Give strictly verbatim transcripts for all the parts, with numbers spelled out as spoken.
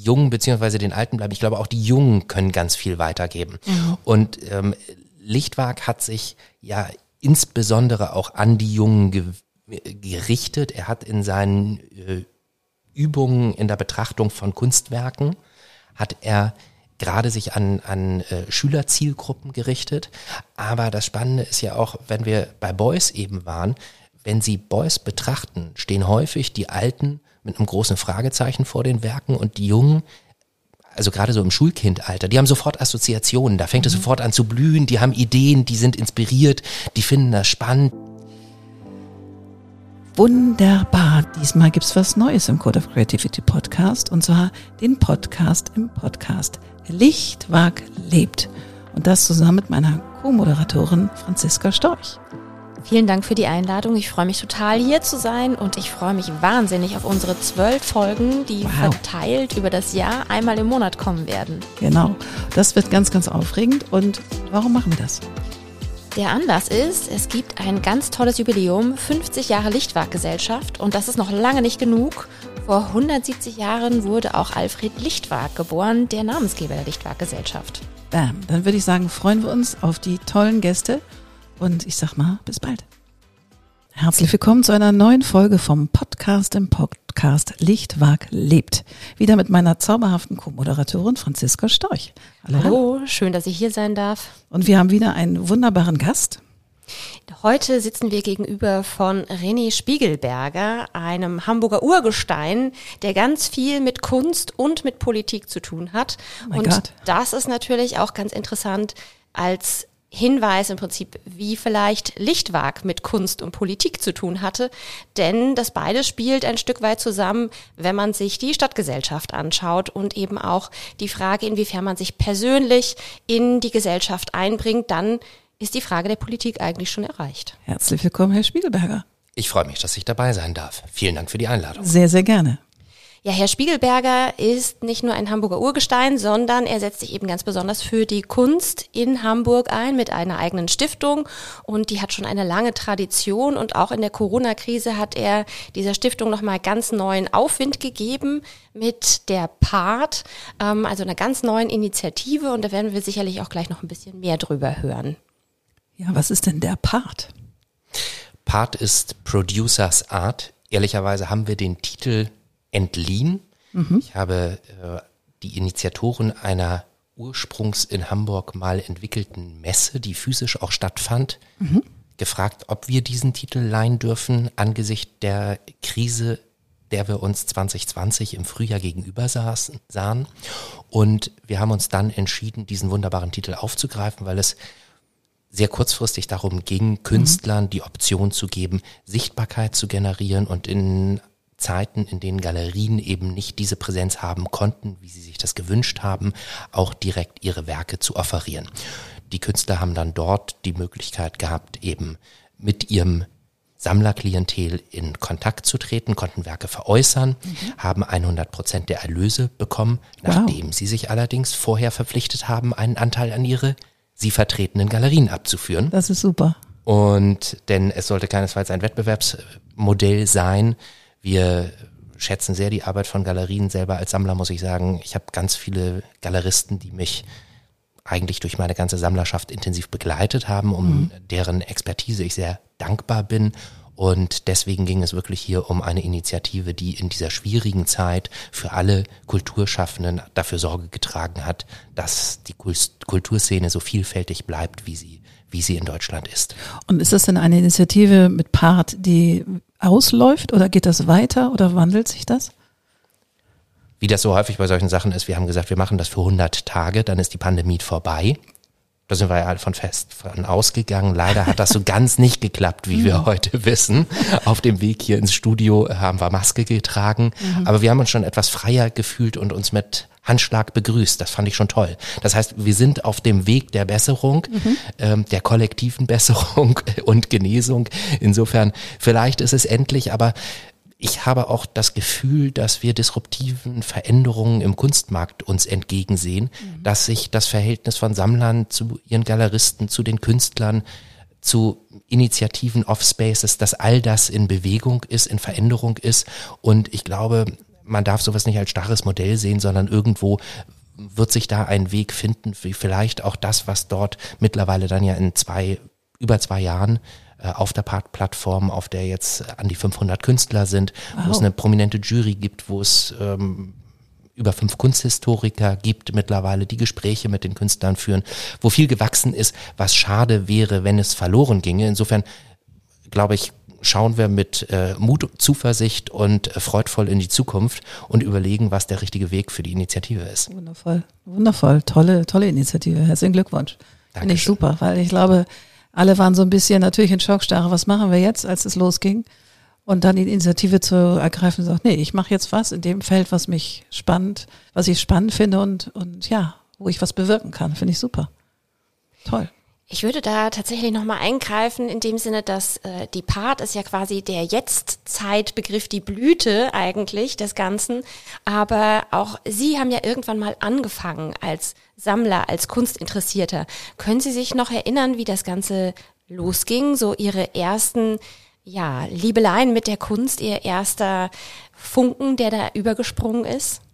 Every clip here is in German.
Jungen beziehungsweise den Alten bleiben. Ich glaube, auch die Jungen können ganz viel weitergeben. Mhm. Und ähm, Lichtwark hat sich ja insbesondere auch an die Jungen ge- gerichtet. Er hat in seinen äh, Übungen in der Betrachtung von Kunstwerken, hat er gerade sich an, an äh, Schülerzielgruppen gerichtet. Aber das Spannende ist ja auch, wenn wir bei Beuys eben waren, wenn Sie Beuys betrachten, stehen häufig die Alten mit einem großen Fragezeichen vor den Werken und die Jungen, also gerade so im Schulkindalter, die haben sofort Assoziationen, da fängt es mhm. sofort an zu blühen, die haben Ideen, die sind inspiriert, die finden das spannend. Wunderbar, diesmal gibt's was Neues im Code of Creativity Podcast und zwar den Podcast im Podcast Lichtwark lebt und das zusammen mit meiner Co-Moderatorin Franziska Storch. Vielen Dank für die Einladung. Ich freue mich total, hier zu sein und ich freue mich wahnsinnig auf unsere zwölf Folgen, die wow. verteilt über das Jahr einmal im Monat kommen werden. Genau, das wird ganz, ganz aufregend. Und warum machen wir das? Der Anlass ist, es gibt ein ganz tolles Jubiläum, fünfzig Jahre Lichtwark-Gesellschaft und das ist noch lange nicht genug. Vor hundertsiebzig Jahren wurde auch Alfred Lichtwark geboren, der Namensgeber der Lichtwark-Gesellschaft. Bam, dann würde ich sagen, freuen wir uns auf die tollen Gäste. Und ich sag mal, bis bald. Herzlich willkommen zu einer neuen Folge vom Podcast im Podcast Lichtwark lebt. Wieder mit meiner zauberhaften Co-Moderatorin Franziska Storch. Hallo, hallo, schön, dass ich hier sein darf. Und wir haben wieder einen wunderbaren Gast. Heute sitzen wir gegenüber von René Spiegelberger, einem Hamburger Urgestein, der ganz viel mit Kunst und mit Politik zu tun hat. Oh und Gott. Das ist natürlich auch ganz interessant als Hinweis im Prinzip, wie vielleicht Lichtwark mit Kunst und Politik zu tun hatte, denn das beides spielt ein Stück weit zusammen, wenn man sich die Stadtgesellschaft anschaut und eben auch die Frage, inwiefern man sich persönlich in die Gesellschaft einbringt, dann ist die Frage der Politik eigentlich schon erreicht. Herzlich willkommen, Herr Spiegelberger. Ich freue mich, dass ich dabei sein darf. Vielen Dank für die Einladung. Sehr, sehr gerne. Ja, Herr Spiegelberger ist nicht nur ein Hamburger Urgestein, sondern er setzt sich eben ganz besonders für die Kunst in Hamburg ein mit einer eigenen Stiftung und die hat schon eine lange Tradition und auch in der Corona-Krise hat er dieser Stiftung nochmal ganz neuen Aufwind gegeben mit der Part, ähm, also einer ganz neuen Initiative und da werden wir sicherlich auch gleich noch ein bisschen mehr drüber hören. Ja, was ist denn der Part? Part ist Producers Art. Ehrlicherweise haben wir den Titel entliehen. Mhm. Ich habe äh, die Initiatoren einer ursprungs in Hamburg mal entwickelten Messe, die physisch auch stattfand, mhm. gefragt, ob wir diesen Titel leihen dürfen angesichts der Krise, der wir uns zwanzig zwanzig im Frühjahr gegenüber saßen, sahen. Und wir haben uns dann entschieden, diesen wunderbaren Titel aufzugreifen, weil es sehr kurzfristig darum ging, Künstlern mhm. die Option zu geben, Sichtbarkeit zu generieren und in Zeiten, in denen Galerien eben nicht diese Präsenz haben konnten, wie sie sich das gewünscht haben, auch direkt ihre Werke zu offerieren. Die Künstler haben dann dort die Möglichkeit gehabt, eben mit ihrem Sammlerklientel in Kontakt zu treten, konnten Werke veräußern, mhm. haben hundert Prozent der Erlöse bekommen, nachdem wow. sie sich allerdings vorher verpflichtet haben, einen Anteil an ihre sie vertretenen Galerien abzuführen. Das ist super. Und denn es sollte keinesfalls ein Wettbewerbsmodell sein. Wir schätzen sehr die Arbeit von Galerien. Selber als Sammler muss ich sagen, ich habe ganz viele Galeristen, die mich eigentlich durch meine ganze Sammlerschaft intensiv begleitet haben, um mhm. deren Expertise ich sehr dankbar bin. Und deswegen ging es wirklich hier um eine Initiative, die in dieser schwierigen Zeit für alle Kulturschaffenden dafür Sorge getragen hat, dass die Kulturszene so vielfältig bleibt, wie sie, wie sie in Deutschland ist. Und ist das denn eine Initiative mit Part, die ausläuft oder geht das weiter oder wandelt sich das? Wie das so häufig bei solchen Sachen ist, wir haben gesagt, wir machen das für hundert Tage, dann ist die Pandemie vorbei. Da sind wir ja von fest von ausgegangen. Leider hat das so ganz nicht geklappt, wie wir heute wissen. Auf dem Weg hier ins Studio haben wir Maske getragen, mhm. aber wir haben uns schon etwas freier gefühlt und uns mit Handschlag begrüßt. Das fand ich schon toll. Das heißt, wir sind auf dem Weg der Besserung, mhm. ähm, der kollektiven Besserung und Genesung. Insofern, vielleicht ist es endlich, aber ich habe auch das Gefühl, dass wir disruptiven Veränderungen im Kunstmarkt uns entgegensehen, mhm. dass sich das Verhältnis von Sammlern zu ihren Galeristen, zu den Künstlern, zu Initiativen, Offspaces, dass all das in Bewegung ist, in Veränderung ist. Und ich glaube, man darf sowas nicht als starres Modell sehen, sondern irgendwo wird sich da ein Weg finden, wie vielleicht auch das, was dort mittlerweile dann ja in zwei, über zwei Jahren äh, auf der Plattform, auf der jetzt an die fünfhundert Künstler sind, wow. wo es eine prominente Jury gibt, wo es ähm, über fünf Kunsthistoriker gibt mittlerweile, die Gespräche mit den Künstlern führen, wo viel gewachsen ist, was schade wäre, wenn es verloren ginge. Insofern glaube ich, schauen wir mit äh, Mut, Zuversicht und äh, freudvoll in die Zukunft und überlegen, was der richtige Weg für die Initiative ist. Wundervoll, wundervoll, tolle, tolle Initiative. Herzlichen Glückwunsch. Finde ich super, weil ich glaube, alle waren so ein bisschen natürlich in Schockstarre. Was machen wir jetzt, als es losging? Und dann die Initiative zu ergreifen und sagt, nee, ich mache jetzt was in dem Feld, was mich spannend, was ich spannend finde und, und ja, wo ich was bewirken kann. Finde ich super. Toll. Ich würde da tatsächlich nochmal eingreifen in dem Sinne, dass äh, die Part ist ja quasi der Jetzt-Zeitbegriff, die Blüte eigentlich des Ganzen. Aber auch Sie haben ja irgendwann mal angefangen als Sammler, als Kunstinteressierter. Können Sie sich noch erinnern, wie das Ganze losging? So Ihre ersten ja, Liebeleien mit der Kunst, Ihr erster Funken, der da übergesprungen ist?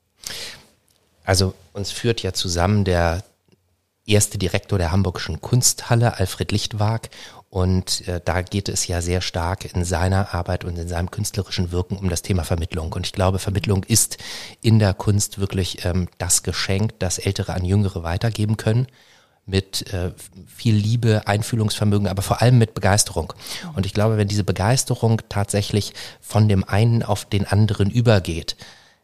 Also uns führt ja zusammen der erste Direktor der Hamburgischen Kunsthalle, Alfred Lichtwark, und äh, da geht es ja sehr stark in seiner Arbeit und in seinem künstlerischen Wirken um das Thema Vermittlung. Und ich glaube, Vermittlung ist in der Kunst wirklich ähm, das Geschenk, das Ältere an Jüngere weitergeben können, mit äh, viel Liebe, Einfühlungsvermögen, aber vor allem mit Begeisterung. Und ich glaube, wenn diese Begeisterung tatsächlich von dem einen auf den anderen übergeht,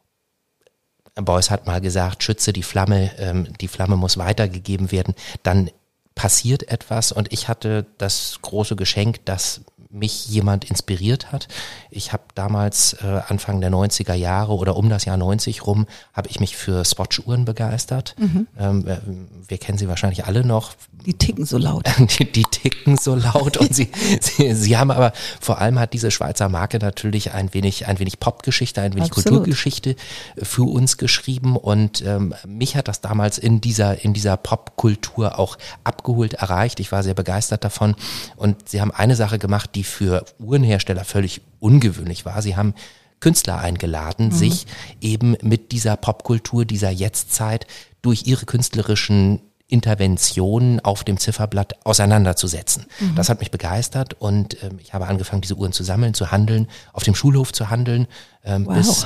Beuys hat mal gesagt, schütze die Flamme, ähm, die Flamme muss weitergegeben werden, dann passiert etwas und ich hatte das große Geschenk, dass mich jemand inspiriert hat. Ich habe damals äh, Anfang der neunziger Jahre oder um das Jahr neunzig rum, habe ich mich für Swatch-Uhren begeistert. Mhm. Ähm, wir, wir kennen sie wahrscheinlich alle noch. Die ticken so laut. Die, die ticken so laut und sie, sie, sie haben aber, vor allem hat diese Schweizer Marke natürlich ein wenig, ein wenig Popgeschichte, ein wenig Absolut. Kulturgeschichte für uns geschrieben und ähm, mich hat das damals in dieser, in dieser Popkultur auch abgeholt, erreicht. Ich war sehr begeistert davon und sie haben eine Sache gemacht, die für Uhrenhersteller völlig ungewöhnlich war. Sie haben Künstler eingeladen, mhm. sich eben mit dieser Popkultur, dieser Jetztzeit durch ihre künstlerischen Interventionen auf dem Zifferblatt auseinanderzusetzen. Mhm. Das hat mich begeistert und ähm, ich habe angefangen, diese Uhren zu sammeln, zu handeln, auf dem Schulhof zu handeln. Ähm, wow. bis,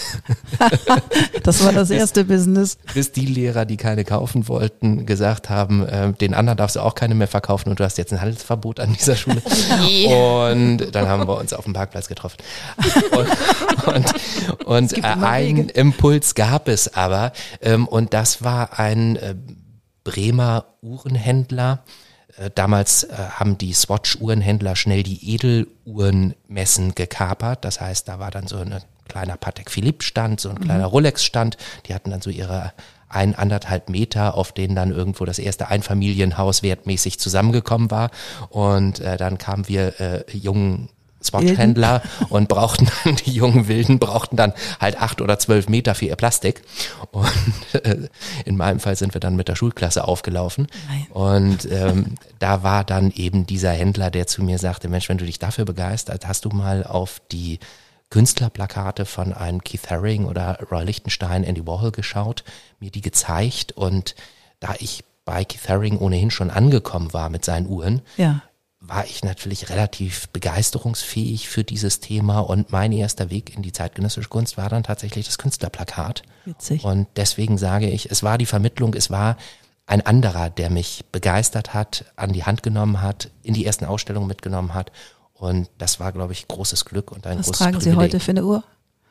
das war das erste bis, Business. Bis die Lehrer, die keine kaufen wollten, gesagt haben, äh, den anderen darfst du auch keine mehr verkaufen und du hast jetzt ein Handelsverbot an dieser Schule. Yeah. Und dann haben wir uns auf dem Parkplatz getroffen. Und, und, und äh, einen Impuls gab es aber ähm, und das war ein äh, Bremer Uhrenhändler. Äh, damals äh, haben die Swatch-Uhrenhändler schnell die Edeluhrenmessen gekapert. Das heißt, da war dann so ein kleiner Patek Philippe-Stand, so ein mhm. kleiner Rolex-Stand. Die hatten dann so ihre ein, anderthalb Meter, auf denen dann irgendwo das erste Einfamilienhaus wertmäßig zusammengekommen war. Und äh, dann kamen wir äh, jungen Swatch-Händler und brauchten dann, die jungen Wilden brauchten dann halt acht oder zwölf Meter für ihr Plastik. Und äh, in meinem Fall sind wir dann mit der Schulklasse aufgelaufen. Nein. Und ähm, da war dann eben dieser Händler, der zu mir sagte, Mensch, wenn du dich dafür begeistert, hast du mal auf die Künstlerplakate von einem Keith Haring oder Roy Lichtenstein, Andy Warhol geschaut, mir die gezeigt. Und da ich bei Keith Haring ohnehin schon angekommen war mit seinen Uhren, ja. war ich natürlich relativ begeisterungsfähig für dieses Thema und mein erster Weg in die zeitgenössische Kunst war dann tatsächlich das Künstlerplakat. Witzig. Und deswegen sage ich, es war die Vermittlung, es war ein anderer, der mich begeistert hat, an die Hand genommen hat, in die ersten Ausstellungen mitgenommen hat und das war, glaube ich, großes Glück und ein Was großes tragen Privileg. Sie heute für eine Uhr?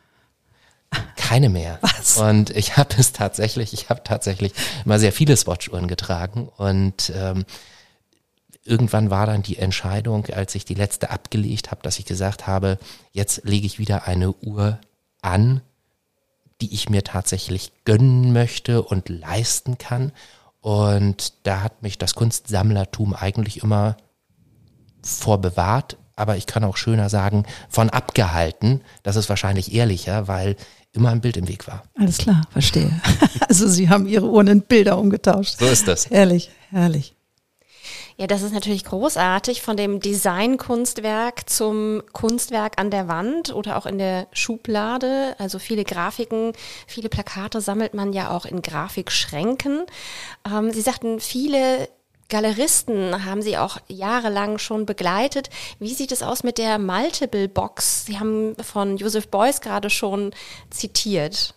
Keine mehr. Was? Und ich habe es tatsächlich, ich habe tatsächlich immer sehr viele Swatch-Uhren getragen und ähm, irgendwann war dann die Entscheidung, als ich die letzte abgelegt habe, dass ich gesagt habe, jetzt lege ich wieder eine Uhr an, die ich mir tatsächlich gönnen möchte und leisten kann. Und da hat mich das Kunstsammlertum eigentlich immer vorbewahrt, aber ich kann auch schöner sagen, von abgehalten. Das ist wahrscheinlich ehrlicher, weil immer ein Bild im Weg war. Alles klar, verstehe. Also Sie haben Ihre Uhren in Bilder umgetauscht. So ist das. Herrlich, herrlich. Ja, das ist natürlich großartig, von dem Designkunstwerk zum Kunstwerk an der Wand oder auch in der Schublade. Also viele Grafiken, viele Plakate sammelt man ja auch in Grafikschränken. Ähm, Sie sagten, viele Galeristen haben Sie auch jahrelang schon begleitet. Wie sieht es aus mit der Multiple Box? Sie haben von Joseph Beuys gerade schon zitiert.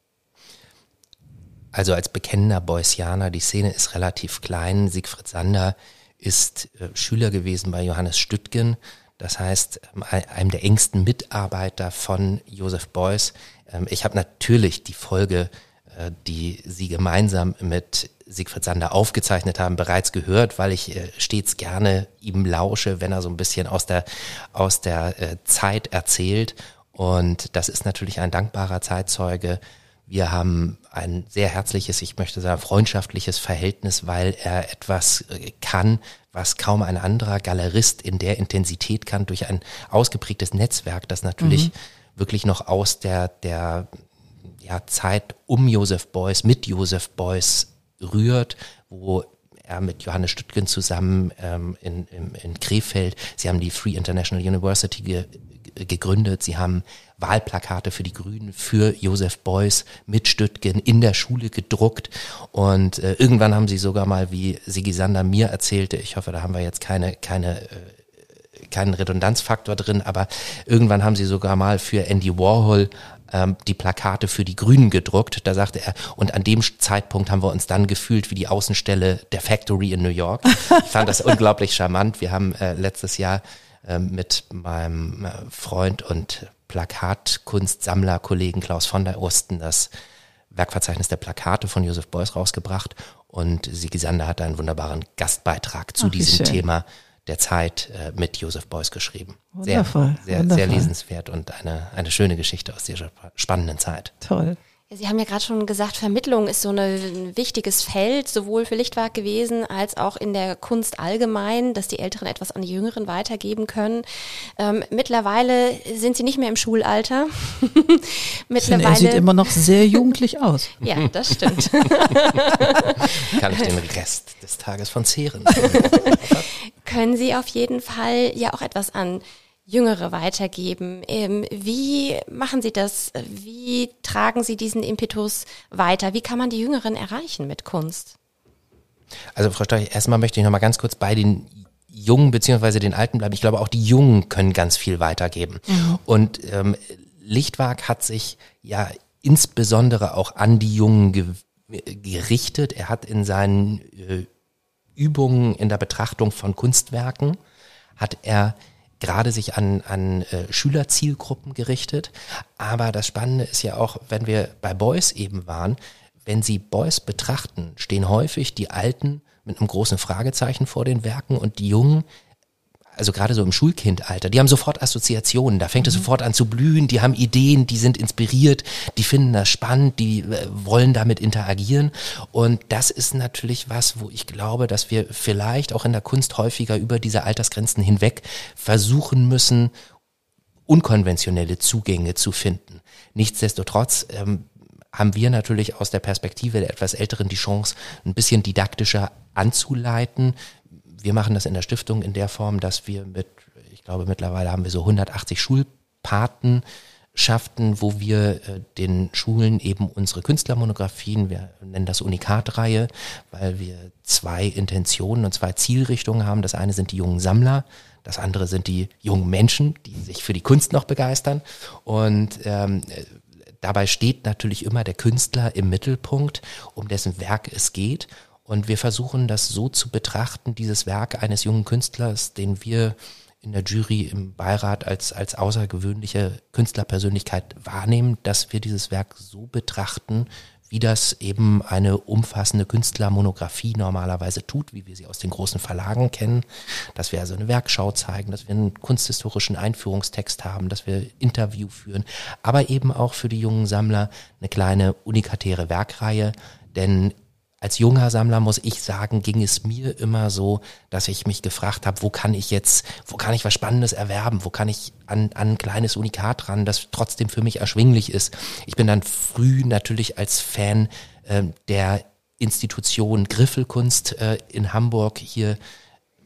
Also als bekennender Beuysjaner, die Szene ist relativ klein. Siegfried Sander ist äh, Schüler gewesen bei Johannes Stüttgen. Das heißt, ähm, einem der engsten Mitarbeiter von Joseph Beuys. Ähm, ich habe natürlich die Folge, äh, die Sie gemeinsam mit Siegfried Sander aufgezeichnet haben, bereits gehört, weil ich äh, stets gerne ihm lausche, wenn er so ein bisschen aus der, aus der äh, Zeit erzählt. Und das ist natürlich ein dankbarer Zeitzeuge. Wir haben ein sehr herzliches, ich möchte sagen freundschaftliches Verhältnis, weil er etwas kann, was kaum ein anderer Galerist in der Intensität kann, durch ein ausgeprägtes Netzwerk, das natürlich mhm. wirklich noch aus der, der ja, Zeit um Joseph Beuys, mit Joseph Beuys rührt, wo er mit Johannes Stüttgen zusammen ähm, in, in, in Krefeld, sie haben die Free International University ge, gegründet, sie haben Wahlplakate für die Grünen, für Joseph Beuys mit Stüttgen in der Schule gedruckt und äh, irgendwann haben sie sogar mal, wie Sigi Sander mir erzählte, ich hoffe, da haben wir jetzt keine, keine, äh, keinen Redundanzfaktor drin, aber irgendwann haben sie sogar mal für Andy Warhol ähm, die Plakate für die Grünen gedruckt. Da sagte er, und an dem Zeitpunkt haben wir uns dann gefühlt wie die Außenstelle der Factory in New York. Ich fand das unglaublich charmant. Wir haben äh, letztes Jahr äh, mit meinem äh, Freund und Plakatkunstsammler-Kollegen Klaus von der Osten das Werkverzeichnis der Plakate von Joseph Beuys rausgebracht und Sigi Sander hat einen wunderbaren Gastbeitrag zu Ach, diesem schön. Thema der Zeit äh, mit Joseph Beuys geschrieben. Wundervoll, sehr, sehr, wundervoll. sehr lesenswert und eine, eine schöne Geschichte aus dieser spannenden Zeit. Toll. Ja, Sie haben ja gerade schon gesagt, Vermittlung ist so eine, ein wichtiges Feld, sowohl für Lichtwark gewesen, als auch in der Kunst allgemein, dass die Älteren etwas an die Jüngeren weitergeben können. Ähm, mittlerweile sind Sie nicht mehr im Schulalter. mittlerweile er sieht immer noch sehr jugendlich aus. Ja, das stimmt. Kann ich den Rest des Tages von zehren. Können Sie auf jeden Fall ja auch etwas an Jüngere weitergeben. Ähm, wie machen Sie das? Wie tragen Sie diesen Impetus weiter? Wie kann man die Jüngeren erreichen mit Kunst? Also Frau Storch, erstmal möchte ich noch mal ganz kurz bei den Jungen beziehungsweise den Alten bleiben. Ich glaube, auch die Jungen können ganz viel weitergeben. Mhm. Und ähm, Lichtwark hat sich ja insbesondere auch an die Jungen ge- gerichtet. Er hat in seinen äh, Übungen in der Betrachtung von Kunstwerken, hat er gerade sich an, an äh, Schülerzielgruppen gerichtet. Aber das Spannende ist ja auch, wenn wir bei Beuys eben waren, wenn Sie Beuys betrachten, stehen häufig die Alten mit einem großen Fragezeichen vor den Werken und die Jungen, also gerade so im Schulkindalter, die haben sofort Assoziationen, da fängt mhm. es sofort an zu blühen, die haben Ideen, die sind inspiriert, die finden das spannend, die äh, wollen damit interagieren und das ist natürlich was, wo ich glaube, dass wir vielleicht auch in der Kunst häufiger über diese Altersgrenzen hinweg versuchen müssen, unkonventionelle Zugänge zu finden. Nichtsdestotrotz ähm, haben wir natürlich aus der Perspektive der etwas Älteren die Chance, ein bisschen didaktischer anzuleiten. Wir machen das in der Stiftung in der Form, dass wir mit, ich glaube mittlerweile haben wir so hundertachtzig Schulpatenschaften, wo wir äh, den Schulen eben unsere Künstlermonographien, wir nennen das Unikat-Reihe, weil wir zwei Intentionen und zwei Zielrichtungen haben. Das eine sind die jungen Sammler, das andere sind die jungen Menschen, die sich für die Kunst noch begeistern und ähm, dabei steht natürlich immer der Künstler im Mittelpunkt, um dessen Werk es geht. Und wir versuchen das so zu betrachten, dieses Werk eines jungen Künstlers, den wir in der Jury im Beirat als, als außergewöhnliche Künstlerpersönlichkeit wahrnehmen, dass wir dieses Werk so betrachten, wie das eben eine umfassende Künstlermonographie normalerweise tut, wie wir sie aus den großen Verlagen kennen, dass wir also eine Werkschau zeigen, dass wir einen kunsthistorischen Einführungstext haben, dass wir Interview führen, aber eben auch für die jungen Sammler eine kleine unikatäre Werkreihe, denn als junger Sammler, muss ich sagen, ging es mir immer so, dass ich mich gefragt habe, wo kann ich jetzt, wo kann ich was Spannendes erwerben, wo kann ich an, an ein kleines Unikat ran, das trotzdem für mich erschwinglich ist. Ich bin dann früh natürlich als Fan äh, der Institution Griffelkunst äh, in Hamburg hier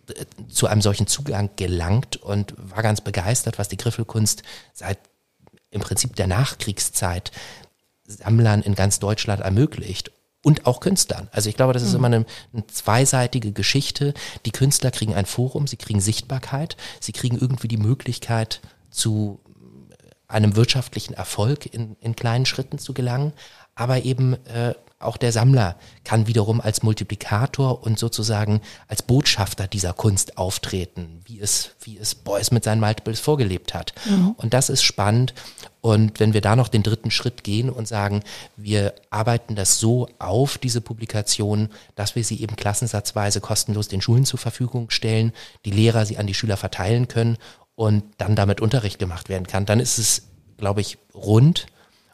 zu einem solchen Zugang gelangt und war ganz begeistert, was die Griffelkunst seit im Prinzip der Nachkriegszeit Sammlern in ganz Deutschland ermöglicht. Und auch Künstlern. Also ich glaube, das ist immer eine, eine zweiseitige Geschichte. Die Künstler kriegen ein Forum, sie kriegen Sichtbarkeit, sie kriegen irgendwie die Möglichkeit, zu einem wirtschaftlichen Erfolg in, in kleinen Schritten zu gelangen. Aber eben äh, auch der Sammler kann wiederum als Multiplikator und sozusagen als Botschafter dieser Kunst auftreten, wie es, wie es Beuys mit seinen Multiples vorgelebt hat. Mhm. Und das ist spannend. Und wenn wir da noch den dritten Schritt gehen und sagen, wir arbeiten das so auf, diese Publikationen, dass wir sie eben klassensatzweise kostenlos den Schulen zur Verfügung stellen, die Lehrer sie an die Schüler verteilen können und dann damit Unterricht gemacht werden kann, dann ist es, glaube ich, rund.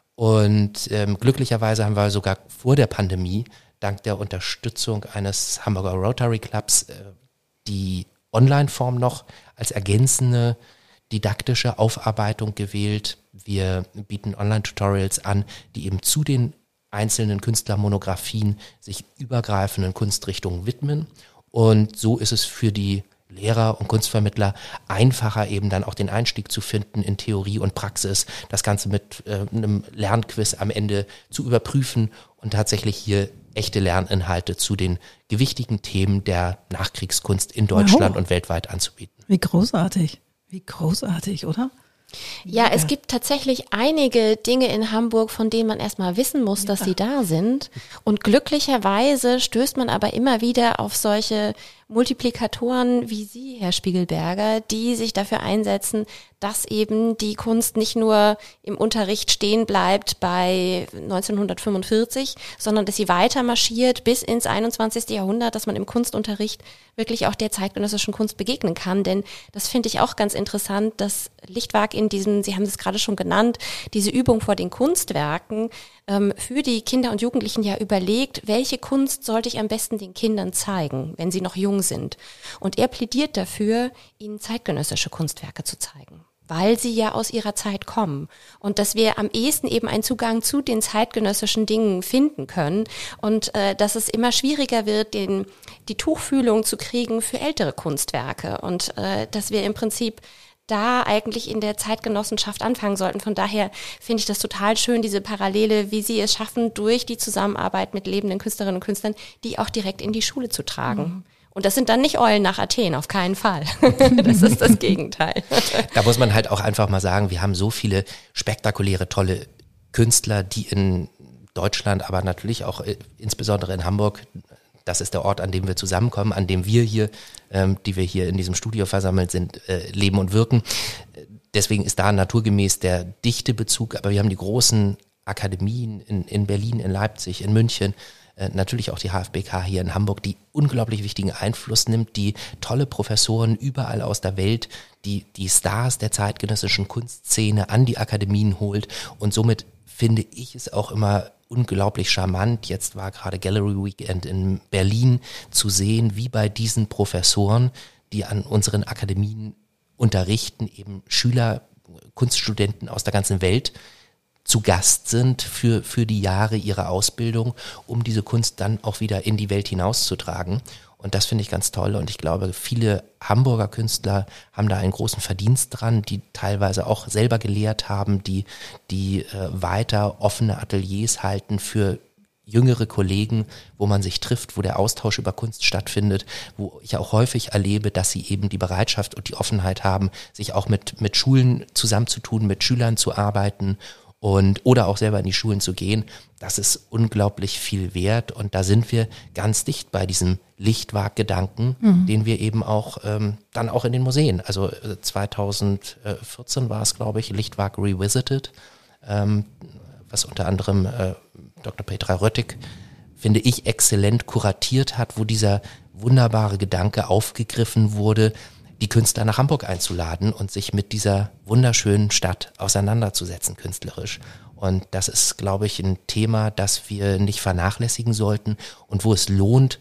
Und ähm, glücklicherweise haben wir sogar vor der Pandemie, dank der Unterstützung eines Hamburger Rotary Clubs, äh, die Online-Form noch als ergänzende didaktische Aufarbeitung gewählt. Wir bieten Online-Tutorials an, die eben zu den einzelnen Künstlermonographien sich übergreifenden Kunstrichtungen widmen. Und so ist es für die Lehrer und Kunstvermittler einfacher, eben dann auch den Einstieg zu finden in Theorie und Praxis, das Ganze mit äh, einem Lernquiz am Ende zu überprüfen und tatsächlich hier echte Lerninhalte zu den gewichtigen Themen der Nachkriegskunst in Deutschland wow. und weltweit anzubieten. Wie großartig, wie großartig, oder? Ja, es gibt tatsächlich einige Dinge in Hamburg, von denen man erstmal wissen muss, dass ja. sie da sind. Und glücklicherweise stößt man aber immer wieder auf solche Multiplikatoren wie Sie, Herr Spiegelberger, die sich dafür einsetzen, dass eben die Kunst nicht nur im Unterricht stehen bleibt bei neunzehnhundertfünfundvierzig, sondern dass sie weiter marschiert bis ins einundzwanzigste Jahrhundert, dass man im Kunstunterricht wirklich auch der zeitgenössischen Kunst begegnen kann. Denn das finde ich auch ganz interessant, dass Lichtwag in diesem, Sie haben es gerade schon genannt, diese Übung vor den Kunstwerken ähm, für die Kinder und Jugendlichen ja überlegt, welche Kunst sollte ich am besten den Kindern zeigen, wenn sie noch jung sind. Und er plädiert dafür, ihnen zeitgenössische Kunstwerke zu zeigen, weil sie ja aus ihrer Zeit kommen und dass wir am ehesten eben einen Zugang zu den zeitgenössischen Dingen finden können und äh, dass es immer schwieriger wird, den, die Tuchfühlung zu kriegen für ältere Kunstwerke und äh, dass wir im Prinzip da eigentlich in der Zeitgenossenschaft anfangen sollten. Von daher finde ich das total schön, diese Parallele, wie Sie es schaffen, durch die Zusammenarbeit mit lebenden Künstlerinnen und Künstlern, die auch direkt in die Schule zu tragen. Mhm. Und das sind dann nicht Eulen nach Athen, auf keinen Fall. Das ist das Gegenteil. Da muss man halt auch einfach mal sagen, wir haben so viele spektakuläre, tolle Künstler, die in Deutschland, aber natürlich auch insbesondere in Hamburg, das ist der Ort, an dem wir zusammenkommen, an dem wir hier, ähm, die wir hier in diesem Studio versammelt sind, äh, leben und wirken. Deswegen ist da naturgemäß der dichte Bezug, aber wir haben die großen Akademien in, in Berlin, in Leipzig, in München, äh, natürlich auch die H F B K hier in Hamburg, die unglaublich wichtigen Einfluss nimmt, die tolle Professoren überall aus der Welt, die die Stars der zeitgenössischen Kunstszene an die Akademien holt und somit finde ich es auch immer unglaublich charmant. Jetzt war gerade Gallery Weekend in Berlin zu sehen, wie bei diesen Professoren, die an unseren Akademien unterrichten, eben Schüler, Kunststudenten aus der ganzen Welt zu Gast sind für, für die Jahre ihrer Ausbildung, um diese Kunst dann auch wieder in die Welt hinauszutragen. Und das finde ich ganz toll und ich glaube, viele Hamburger Künstler haben da einen großen Verdienst dran, die teilweise auch selber gelehrt haben, die, die äh, weiter offene Ateliers halten für jüngere Kollegen, wo man sich trifft, wo der Austausch über Kunst stattfindet, wo ich auch häufig erlebe, dass sie eben die Bereitschaft und die Offenheit haben, sich auch mit, mit Schulen zusammenzutun, mit Schülern zu arbeiten und oder auch selber in die Schulen zu gehen. Das ist unglaublich viel wert und da sind wir ganz dicht bei diesem Lichtwag-Gedanken, mhm. den wir eben auch ähm, dann auch in den Museen, also äh, zweitausendvierzehn war es, glaube ich, Lichtwag Revisited, ähm, was unter anderem äh, Doktor Petra Röttig, finde ich, exzellent kuratiert hat, wo dieser wunderbare Gedanke aufgegriffen wurde, die Künstler nach Hamburg einzuladen und sich mit dieser wunderschönen Stadt auseinanderzusetzen, künstlerisch. Und das ist, glaube ich, ein Thema, das wir nicht vernachlässigen sollten und wo es lohnt.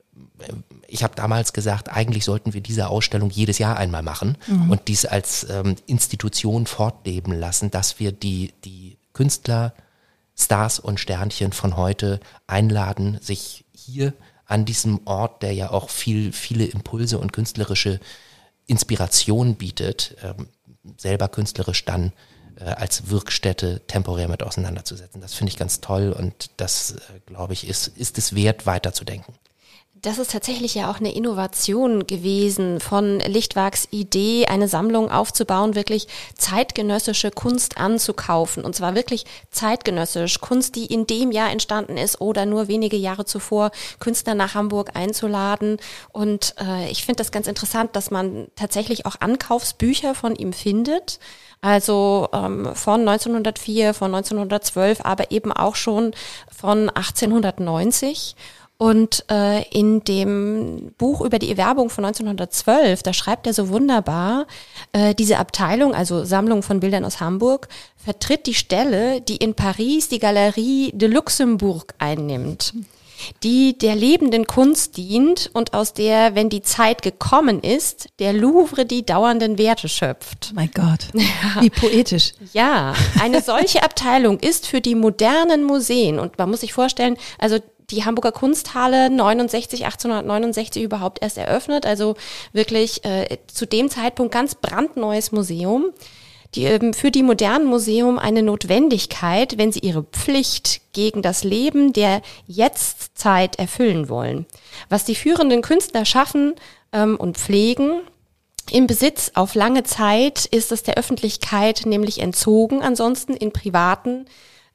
Ich habe damals gesagt, eigentlich sollten wir diese Ausstellung jedes Jahr einmal machen mhm. und dies als ähm, Institution fortleben lassen, dass wir die, die Künstler, Stars und Sternchen von heute einladen, sich hier an diesem Ort, der ja auch viel, viele Impulse und künstlerische Inspiration bietet, ähm, selber künstlerisch dann äh, als Wirkstätte temporär mit auseinanderzusetzen. Das finde ich ganz toll und das, äh, glaube ich, ist, ist es wert, weiterzudenken. Das ist tatsächlich ja auch eine Innovation gewesen von Lichtwarks Idee, eine Sammlung aufzubauen, wirklich zeitgenössische Kunst anzukaufen. Und zwar wirklich zeitgenössisch. Kunst, die in dem Jahr entstanden ist oder nur wenige Jahre zuvor, Künstler nach Hamburg einzuladen. Und äh, ich finde das ganz interessant, dass man tatsächlich auch Ankaufsbücher von ihm findet. Also ähm, von neunzehnhundertvier, von neunzehnhundertzwölf, aber eben auch schon von achtzehnhundertneunzig. Und äh, in dem Buch über die Erwerbung von neunzehnhundertzwölf, da schreibt er so wunderbar, äh, diese Abteilung, also Sammlung von Bildern aus Hamburg, vertritt die Stelle, die in Paris die Galerie de Luxembourg einnimmt, die der lebenden Kunst dient und aus der, wenn die Zeit gekommen ist, der Louvre die dauernden Werte schöpft. Mein Gott, ja. Wie poetisch. Ja, eine solche Abteilung ist für die modernen Museen, und man muss sich vorstellen, also die Hamburger Kunsthalle neunundsechzig, achtzehnhundertneunundsechzig überhaupt erst eröffnet, also wirklich äh, zu dem Zeitpunkt ganz brandneues Museum. Die, ähm, für die modernen Museum eine Notwendigkeit, wenn sie ihre Pflicht gegen das Leben der Jetztzeit erfüllen wollen. Was die führenden Künstler schaffen ähm, und pflegen, im Besitz auf lange Zeit ist es der Öffentlichkeit nämlich entzogen, ansonsten in privaten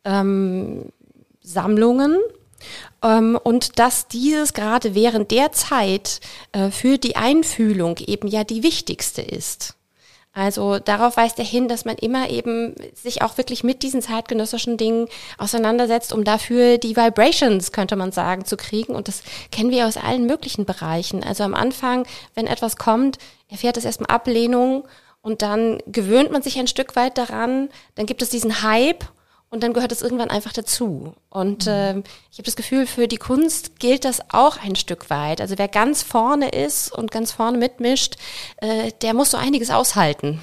ähm, Sammlungen. Ähm, und dass dieses gerade während der Zeit äh, für die Einfühlung eben ja die wichtigste ist. Also darauf weist er hin, dass man immer eben sich auch wirklich mit diesen zeitgenössischen Dingen auseinandersetzt, um dafür die Vibrations, könnte man sagen, zu kriegen. Und das kennen wir aus allen möglichen Bereichen. Also am Anfang, wenn etwas kommt, erfährt es erstmal Ablehnung und dann gewöhnt man sich ein Stück weit daran. Dann gibt es diesen Hype. Und dann gehört es irgendwann einfach dazu. Und mhm. äh, ich habe das Gefühl, für die Kunst gilt das auch ein Stück weit. Also wer ganz vorne ist und ganz vorne mitmischt, äh, der muss so einiges aushalten.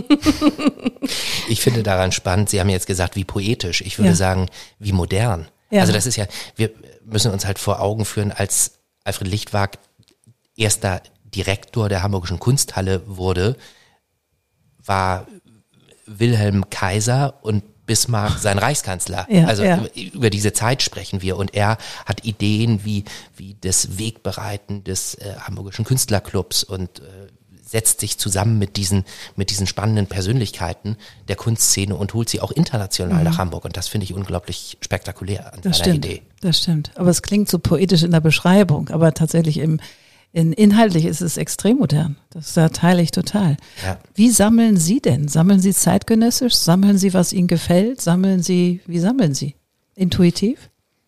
Ich finde daran spannend, Sie haben jetzt gesagt, wie poetisch. Ich würde ja. sagen, wie modern. Ja. Also das ist ja, wir müssen uns halt vor Augen führen, als Alfred Lichtwark erster Direktor der Hamburgischen Kunsthalle wurde, war Wilhelm Kaiser und Bismarck sein Reichskanzler. Ja, also ja. über diese Zeit sprechen wir. Und er hat Ideen wie, wie das Wegbereiten des äh, Hamburgischen Künstlerclubs und äh, setzt sich zusammen mit diesen, mit diesen spannenden Persönlichkeiten der Kunstszene und holt sie auch international mhm. nach Hamburg. Und das finde ich unglaublich spektakulär an das seiner stimmt, Idee. Das stimmt. Aber es klingt so poetisch in der Beschreibung, aber tatsächlich im In, inhaltlich ist es extrem modern. Das da teile ich total. Ja. Wie sammeln Sie denn? Sammeln Sie zeitgenössisch? Sammeln Sie, was Ihnen gefällt? Sammeln Sie, wie sammeln Sie? Intuitiv?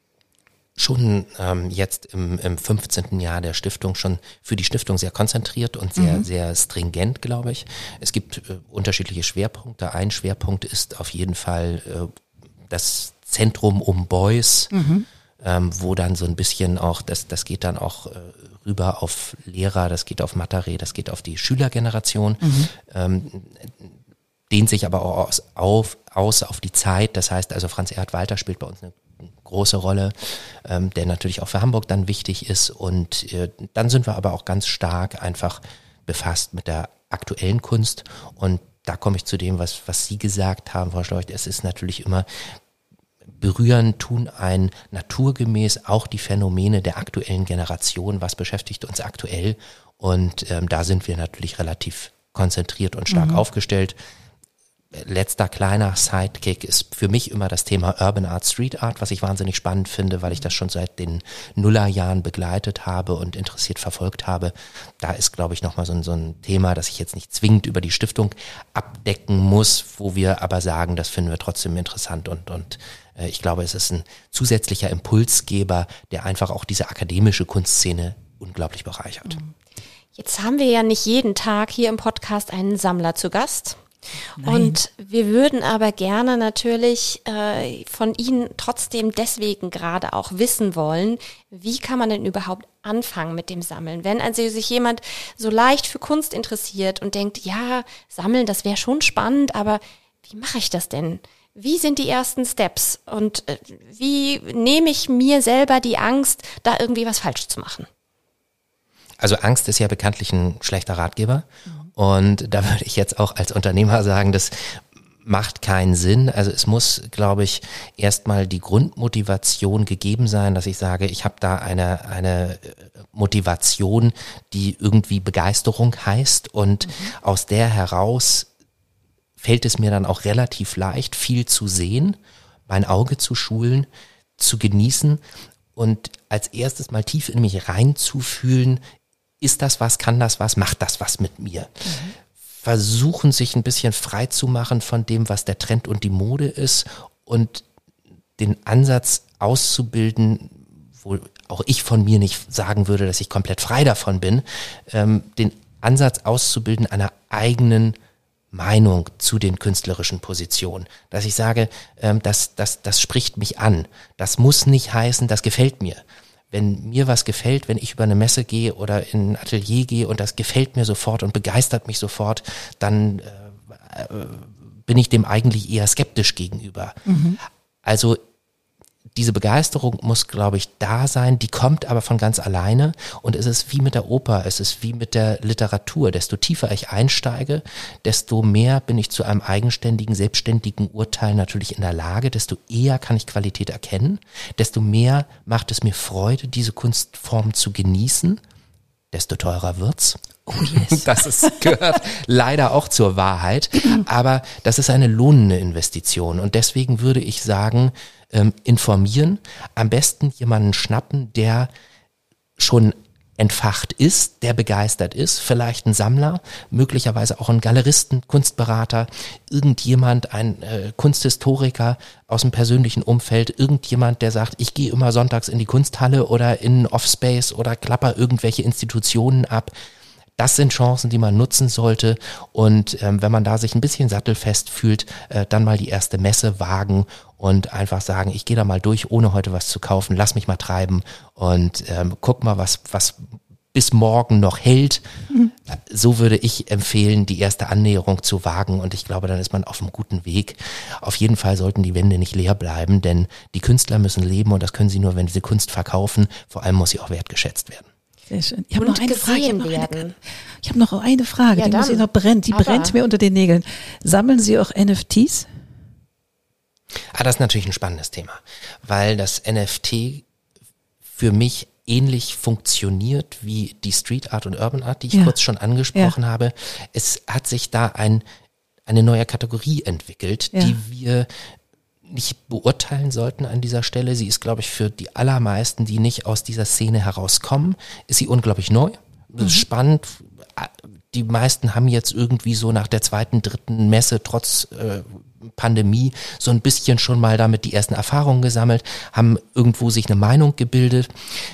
Schon ähm, jetzt im, im fünfzehnten Jahr der Stiftung, schon für die Stiftung sehr konzentriert und sehr, mhm. sehr stringent, glaube ich. Es gibt äh, unterschiedliche Schwerpunkte. Ein Schwerpunkt ist auf jeden Fall äh, das Zentrum um Beuys, mhm. ähm, wo dann so ein bisschen auch, das, das geht dann auch äh, rüber auf Lehrer, das geht auf Matare, das geht auf die Schülergeneration, mhm. ähm, dehnt sich aber auch aus auf, aus auf die Zeit. Das heißt also, Franz Erhard Walter spielt bei uns eine große Rolle, ähm, der natürlich auch für Hamburg dann wichtig ist. Und äh, dann sind wir aber auch ganz stark einfach befasst mit der aktuellen Kunst. Und da komme ich zu dem, was, was Sie gesagt haben, Frau Storch. Es ist natürlich immer, berühren tun ein naturgemäß auch die Phänomene der aktuellen Generation. Was beschäftigt uns aktuell? Und ähm, da sind wir natürlich relativ konzentriert und stark mhm. aufgestellt. Letzter kleiner Sidekick ist für mich immer das Thema Urban Art, Street Art, was ich wahnsinnig spannend finde, weil ich das schon seit den Nullerjahren begleitet habe und interessiert verfolgt habe. Da ist, glaube ich, nochmal so ein, so ein Thema, das ich jetzt nicht zwingend über die Stiftung abdecken muss, wo wir aber sagen, das finden wir trotzdem interessant und, und äh, ich glaube, es ist ein zusätzlicher Impulsgeber, der einfach auch diese akademische Kunstszene unglaublich bereichert. Jetzt haben wir ja nicht jeden Tag hier im Podcast einen Sammler zu Gast. Nein. Und wir würden aber gerne natürlich äh, von Ihnen trotzdem deswegen gerade auch wissen wollen, wie kann man denn überhaupt anfangen mit dem Sammeln? Wenn also sich jemand so leicht für Kunst interessiert und denkt, ja, sammeln, das wäre schon spannend, aber wie mache ich das denn? Wie sind die ersten Steps und äh, wie nehme ich mir selber die Angst, da irgendwie was falsch zu machen? Also Angst ist ja bekanntlich ein schlechter Ratgeber und da würde ich jetzt auch als Unternehmer sagen, das macht keinen Sinn. Also es muss, glaube ich, erstmal die Grundmotivation gegeben sein, dass ich sage, ich habe da eine eine Motivation, die irgendwie Begeisterung heißt und mhm. aus der heraus fällt es mir dann auch relativ leicht, viel zu sehen, mein Auge zu schulen, zu genießen und als erstes mal tief in mich reinzufühlen, ist das was, kann das was, macht das was mit mir? Mhm. Versuchen, sich ein bisschen frei zu machen von dem, was der Trend und die Mode ist und den Ansatz auszubilden, wo auch ich von mir nicht sagen würde, dass ich komplett frei davon bin, ähm, den Ansatz auszubilden einer eigenen Meinung zu den künstlerischen Positionen. Dass ich sage, ähm, das, das, das spricht mich an. Das muss nicht heißen, das gefällt mir. Wenn mir was gefällt, wenn ich über eine Messe gehe oder in ein Atelier gehe und das gefällt mir sofort und begeistert mich sofort, dann äh, äh, bin ich dem eigentlich eher skeptisch gegenüber. Mhm. Also diese Begeisterung muss, glaube ich, da sein, die kommt aber von ganz alleine und es ist wie mit der Oper, es ist wie mit der Literatur. Desto tiefer ich einsteige, desto mehr bin ich zu einem eigenständigen, selbstständigen Urteil natürlich in der Lage, desto eher kann ich Qualität erkennen, desto mehr macht es mir Freude, diese Kunstform zu genießen, desto teurer wird's. Oh yes. Das ist, gehört leider auch zur Wahrheit, aber das ist eine lohnende Investition und deswegen würde ich sagen, ähm, informieren, am besten jemanden schnappen, der schon entfacht ist, der begeistert ist, vielleicht ein Sammler, möglicherweise auch ein Galeristen, Kunstberater, irgendjemand, ein äh, Kunsthistoriker aus dem persönlichen Umfeld, irgendjemand, der sagt, ich gehe immer sonntags in die Kunsthalle oder in Offspace oder klapper irgendwelche Institutionen ab. Das sind Chancen, die man nutzen sollte und ähm, wenn man da sich ein bisschen sattelfest fühlt, äh, dann mal die erste Messe wagen und einfach sagen, ich gehe da mal durch, ohne heute was zu kaufen, lass mich mal treiben und ähm, guck mal, was was bis morgen noch hält. Mhm. So würde ich empfehlen, die erste Annäherung zu wagen und ich glaube, dann ist man auf einem guten Weg. Auf jeden Fall sollten die Wände nicht leer bleiben, denn die Künstler müssen leben und das können sie nur, wenn sie Kunst verkaufen. Vor allem muss sie auch wertgeschätzt werden. Sehr schön. Ich habe noch eine Frage. Ich habe noch werden. eine, ich hab noch eine Frage, Ja, die dann. muss ich noch brennt. Die Aber. brennt mir unter den Nägeln. Sammeln Sie auch N F Ts? Ah, das ist natürlich ein spannendes Thema, weil das N F T für mich ähnlich funktioniert wie die Street Art und Urban Art, die ich Ja. kurz schon angesprochen Ja. habe. Es hat sich da ein, eine neue Kategorie entwickelt, Ja. die wir nicht beurteilen sollten an dieser Stelle. Sie ist, glaube ich, für die allermeisten, die nicht aus dieser Szene herauskommen, ist sie unglaublich neu. Das ist spannend. Die meisten haben jetzt irgendwie so nach der zweiten, dritten Messe trotz äh, Pandemie so ein bisschen schon mal damit die ersten Erfahrungen gesammelt, haben irgendwo sich eine Meinung gebildet.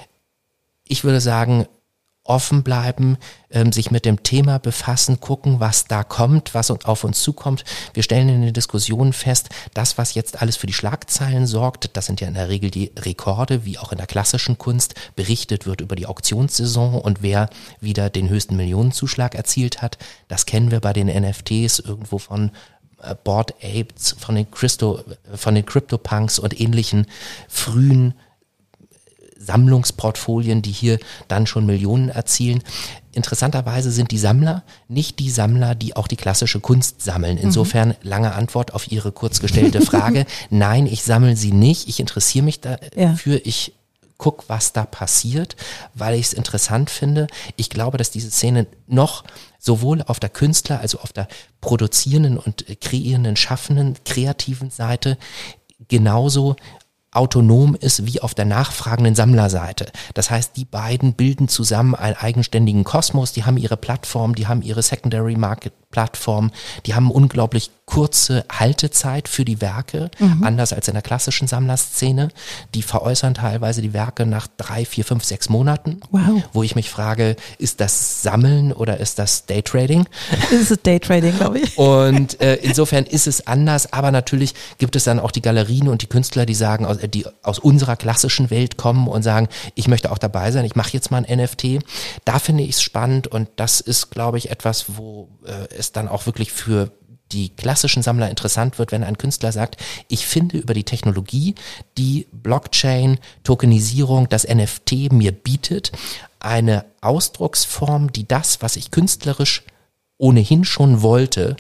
Ich würde sagen, offen bleiben, ähm, sich mit dem Thema befassen, gucken, was da kommt, was auf uns zukommt. Wir stellen in den Diskussionen fest, das, was jetzt alles für die Schlagzeilen sorgt, das sind ja in der Regel die Rekorde, wie auch in der klassischen Kunst, berichtet wird über die Auktionssaison und wer wieder den höchsten Millionenzuschlag erzielt hat. Das kennen wir bei den N F Ts irgendwo von äh, Bored Apes, von den Christo, von den CryptoPunks und ähnlichen frühen Sammlungsportfolien, die hier dann schon Millionen erzielen. Interessanterweise sind die Sammler nicht die Sammler, die auch die klassische Kunst sammeln. Insofern lange Antwort auf Ihre kurz gestellte Frage. Nein, ich sammle sie nicht. Ich interessiere mich dafür. Ja. Ich guck, was da passiert, weil ich es interessant finde. Ich glaube, dass diese Szene noch sowohl auf der Künstler, also auf der produzierenden und kreierenden, schaffenden, kreativen Seite genauso autonom ist wie auf der nachfragenden Sammlerseite. Das heißt, die beiden bilden zusammen einen eigenständigen Kosmos, die haben ihre Plattform, die haben ihre Secondary Market Plattform, die haben unglaublich kurze Haltezeit für die Werke, mhm. anders als in der klassischen Sammlerszene. Die veräußern teilweise die Werke nach drei, vier, fünf, sechs Monaten, wow. wo ich mich frage, ist das Sammeln oder ist das Daytrading? Das ist Daytrading, glaube ich. Und äh, insofern ist es anders, aber natürlich gibt es dann auch die Galerien und die Künstler, die sagen, aus, die aus unserer klassischen Welt kommen und sagen, ich möchte auch dabei sein, ich mache jetzt mal ein N F T. Da finde ich es spannend und das ist, glaube ich, etwas, wo äh, es dann auch wirklich für die klassischen Sammler interessant wird, wenn ein Künstler sagt, ich finde über die Technologie, die Blockchain, Tokenisierung, das N F T mir bietet, eine Ausdrucksform, die das, was ich künstlerisch ohnehin schon wollte,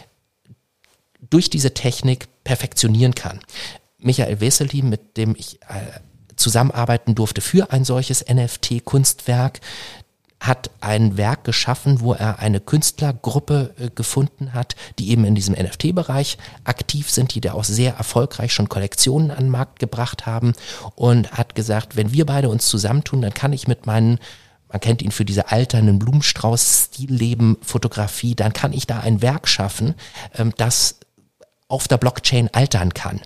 durch diese Technik perfektionieren kann. Michael Wessely, mit dem ich äh, zusammenarbeiten durfte für ein solches N F T-Kunstwerk, hat ein Werk geschaffen, wo er eine Künstlergruppe äh, gefunden hat, die eben in diesem N F T-Bereich aktiv sind, die da auch sehr erfolgreich schon Kollektionen an den Markt gebracht haben und hat gesagt, wenn wir beide uns zusammentun, dann kann ich mit meinen, man kennt ihn für diese alternden Blumenstrauß-Stilleben-Fotografie, dann kann ich da ein Werk schaffen, ähm, das auf der Blockchain altern kann.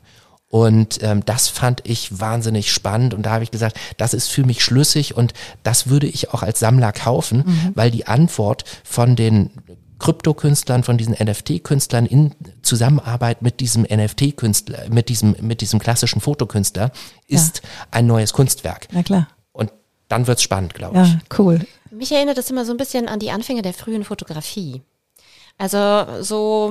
Und ähm, das fand ich wahnsinnig spannend und da habe ich gesagt, das ist für mich schlüssig und das würde ich auch als Sammler kaufen, mhm. weil die Antwort von den Kryptokünstlern, von diesen N F T-Künstlern in Zusammenarbeit mit diesem N F T-Künstler, mit diesem mit diesem klassischen Fotokünstler ist ja. ein neues Kunstwerk. Na klar. Und dann wird's spannend, glaube ich. Ja, cool. Mich erinnert das immer so ein bisschen an die Anfänge der frühen Fotografie. Also so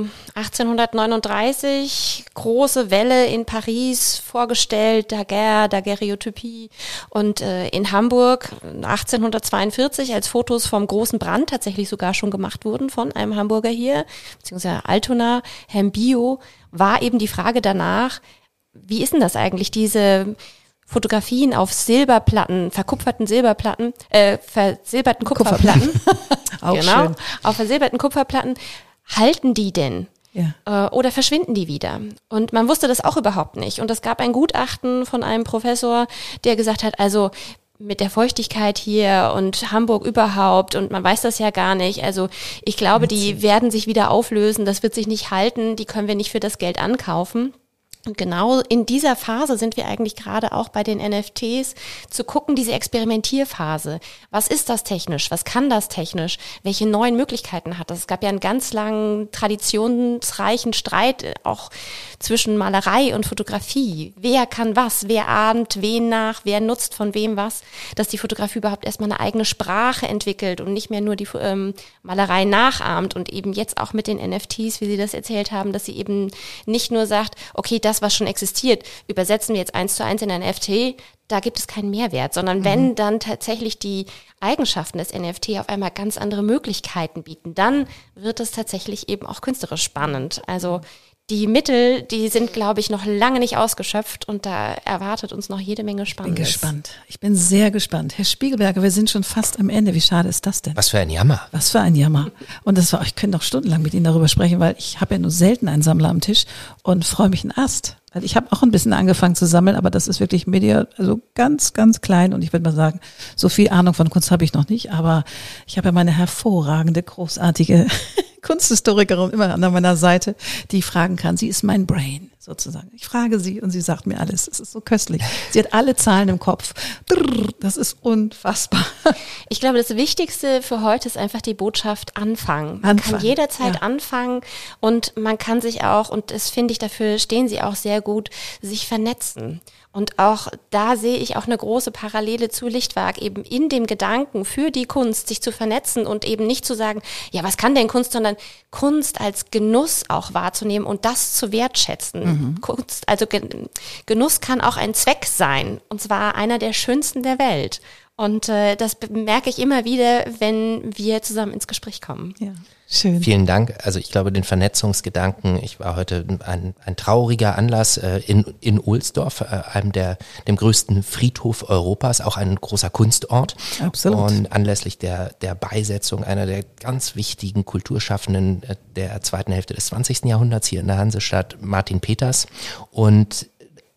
achtzehnhundertneununddreißig, große Welle in Paris vorgestellt, Daguerre, Daguerreotypie und äh, in Hamburg achtzehnhundertzweiundvierzig, als Fotos vom großen Brand tatsächlich sogar schon gemacht wurden von einem Hamburger hier, beziehungsweise Altona, Herrn Bio, war eben die Frage danach, wie ist denn das eigentlich, diese Fotografien auf Silberplatten, verkupferten Silberplatten, äh, versilberten Kupferplatten, auch genau, schön. auf versilberten Kupferplatten, halten die denn? Ja. Äh, oder verschwinden die wieder? Und man wusste das auch überhaupt nicht. Und es gab ein Gutachten von einem Professor, der gesagt hat, also mit der Feuchtigkeit hier und Hamburg überhaupt und man weiß das ja gar nicht. Also ich glaube, die werden sich wieder auflösen, das wird sich nicht halten, die können wir nicht für das Geld ankaufen. Und genau in dieser Phase sind wir eigentlich gerade auch bei den N F Ts, zu gucken, diese Experimentierphase. Was ist das technisch? Was kann das technisch? Welche neuen Möglichkeiten hat das? Es gab ja einen ganz langen, traditionsreichen Streit auch zwischen Malerei und Fotografie. Wer kann was? Wer ahmt wen nach? Wer nutzt von wem was? Dass die Fotografie überhaupt erstmal eine eigene Sprache entwickelt und nicht mehr nur die ähm, Malerei nachahmt und eben jetzt auch mit den N F Ts, wie Sie das erzählt haben, dass sie eben nicht nur sagt, okay, das, was schon existiert, übersetzen wir jetzt eins zu eins in ein N F T, da gibt es keinen Mehrwert, sondern mhm. wenn dann tatsächlich die Eigenschaften des N F T auf einmal ganz andere Möglichkeiten bieten, dann wird es tatsächlich eben auch künstlerisch spannend. Also die Mittel, die sind, glaube ich, noch lange nicht ausgeschöpft und da erwartet uns noch jede Menge Spannendes. Ich bin gespannt. Ich bin sehr gespannt. Herr Spiegelberger, wir sind schon fast am Ende. Wie schade ist das denn? Was für ein Jammer. Was für ein Jammer. Und das war, ich könnte auch stundenlang mit Ihnen darüber sprechen, weil ich habe ja nur selten einen Sammler am Tisch und freue mich einen Ast. Also ich habe auch ein bisschen angefangen zu sammeln, aber das ist wirklich Media, also ganz, ganz klein und ich würde mal sagen, so viel Ahnung von Kunst habe ich noch nicht, aber ich habe ja meine hervorragende, großartige Kunsthistorikerin immer an meiner Seite, die ich fragen kann. Sie ist mein Brain sozusagen. Ich frage sie und sie sagt mir alles. Es ist so köstlich. Sie hat alle Zahlen im Kopf. Das ist unfassbar. Ich glaube, das Wichtigste für heute ist einfach die Botschaft anfangen. Man anfangen. kann jederzeit ja. anfangen und man kann sich auch, und das finde ich, dafür stehen sie auch sehr gut, sich vernetzen. Und auch da sehe ich auch eine große Parallele zu Lichtwerk, eben in dem Gedanken für die Kunst, sich zu vernetzen und eben nicht zu sagen, ja, was kann denn Kunst, sondern Kunst als Genuss auch wahrzunehmen und das zu wertschätzen. Mhm. Kunst, also Genuss kann auch ein Zweck sein, und zwar einer der schönsten der Welt. Und äh, das merke ich immer wieder, wenn wir zusammen ins Gespräch kommen. Ja. Schön. Vielen Dank. Also ich glaube, den Vernetzungsgedanken, ich war heute ein, ein trauriger Anlass äh, in, in Ohlsdorf, äh, einem der, dem größten Friedhof Europas, auch ein großer Kunstort. Absolut. Und anlässlich der, der Beisetzung einer der ganz wichtigen Kulturschaffenden äh, der zweiten Hälfte des zwanzigsten Jahrhunderts hier in der Hansestadt, Martin Peters. Und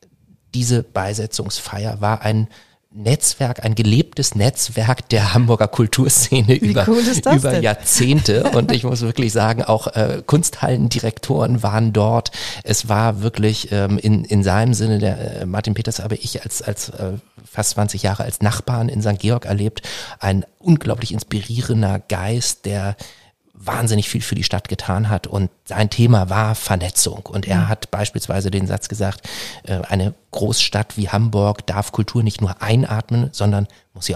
diese Beisetzungsfeier war ein Netzwerk, ein gelebtes Netzwerk der Hamburger Kulturszene über, cool ist das über denn? Jahrzehnte. Und ich muss wirklich sagen, auch äh, Kunsthallendirektoren waren dort. Es war wirklich ähm, in, in seinem Sinne, der äh, Martin Peters habe ich als, als äh, fast zwanzig Jahre als Nachbarn in Sankt Georg erlebt. Ein unglaublich inspirierender Geist, der wahnsinnig viel für die Stadt getan hat und sein Thema war Vernetzung und er hat beispielsweise den Satz gesagt, äh, eine Großstadt wie Hamburg darf Kultur nicht nur einatmen, sondern muss sie auch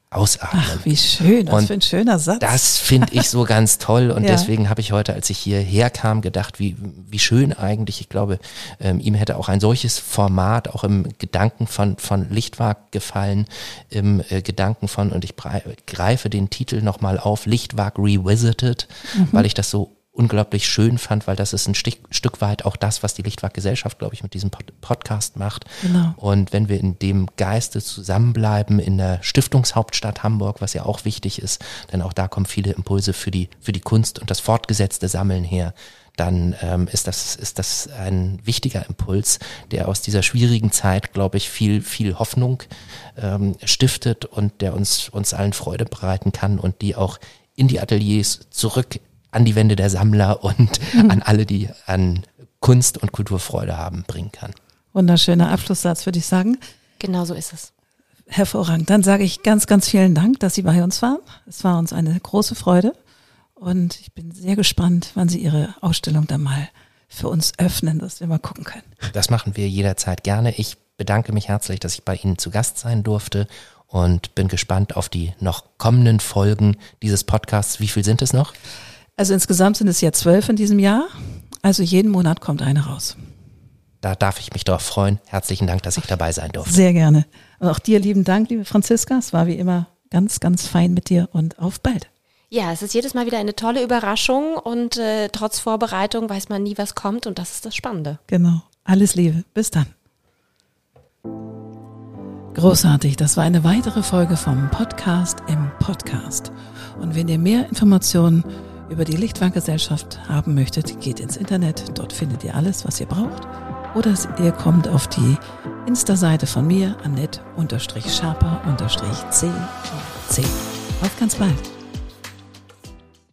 ausatmen. Ach, wie schön, was und für ein schöner Satz. Das finde ich so ganz toll und Ja. deswegen habe ich heute, als ich hierher kam, gedacht, wie, wie schön eigentlich. Ich glaube, ähm, ihm hätte auch ein solches Format auch im Gedanken von, von Lichtwag gefallen, im äh, Gedanken von, und ich brei- greife den Titel nochmal auf, Lichtwag Revisited, mhm. weil ich das so unglaublich schön fand, weil das ist ein Stich, Stück weit auch das, was die Lichtwag-Gesellschaft, glaube ich, mit diesem Pod- Podcast macht. Genau. Und wenn wir in dem Geiste zusammenbleiben in der Stiftungshauptstadt Hamburg, was ja auch wichtig ist, denn auch da kommen viele Impulse für die, für die Kunst und das fortgesetzte Sammeln her, dann ähm, ist das, ist das ein wichtiger Impuls, der aus dieser schwierigen Zeit, glaube ich, viel, viel Hoffnung ähm, stiftet und der uns, uns allen Freude bereiten kann und die auch in die Ateliers zurück an die Wände der Sammler und mhm. an alle, die an Kunst und Kulturfreude haben, bringen kann. Wunderschöner Abschlusssatz, würde ich sagen. Genau so ist es. Hervorragend. Dann sage ich ganz, ganz vielen Dank, dass Sie bei uns waren. Es war uns eine große Freude und ich bin sehr gespannt, wann Sie Ihre Ausstellung dann mal für uns öffnen, dass wir mal gucken können. Das machen wir jederzeit gerne. Ich bedanke mich herzlich, dass ich bei Ihnen zu Gast sein durfte und bin gespannt auf die noch kommenden Folgen dieses Podcasts. Wie viel sind es noch? Also insgesamt sind es ja zwölf in diesem Jahr. Also jeden Monat kommt eine raus. Da darf ich mich darauf freuen. Herzlichen Dank, dass ich dabei sein durfte. Sehr gerne. Und auch dir lieben Dank, liebe Franziska. Es war wie immer ganz, ganz fein mit dir und auf bald. Ja, es ist jedes Mal wieder eine tolle Überraschung und äh, trotz Vorbereitung weiß man nie, was kommt und das ist das Spannende. Genau. Alles Liebe. Bis dann. Großartig. Das war eine weitere Folge vom Podcast im Podcast. Und wenn ihr mehr Informationen über die Lichtwag-Gesellschaft haben möchtet, geht ins Internet. Dort findet ihr alles, was ihr braucht. Oder ihr kommt auf die Insta-Seite von mir, Annette-Schaper-C C. Auf ganz bald.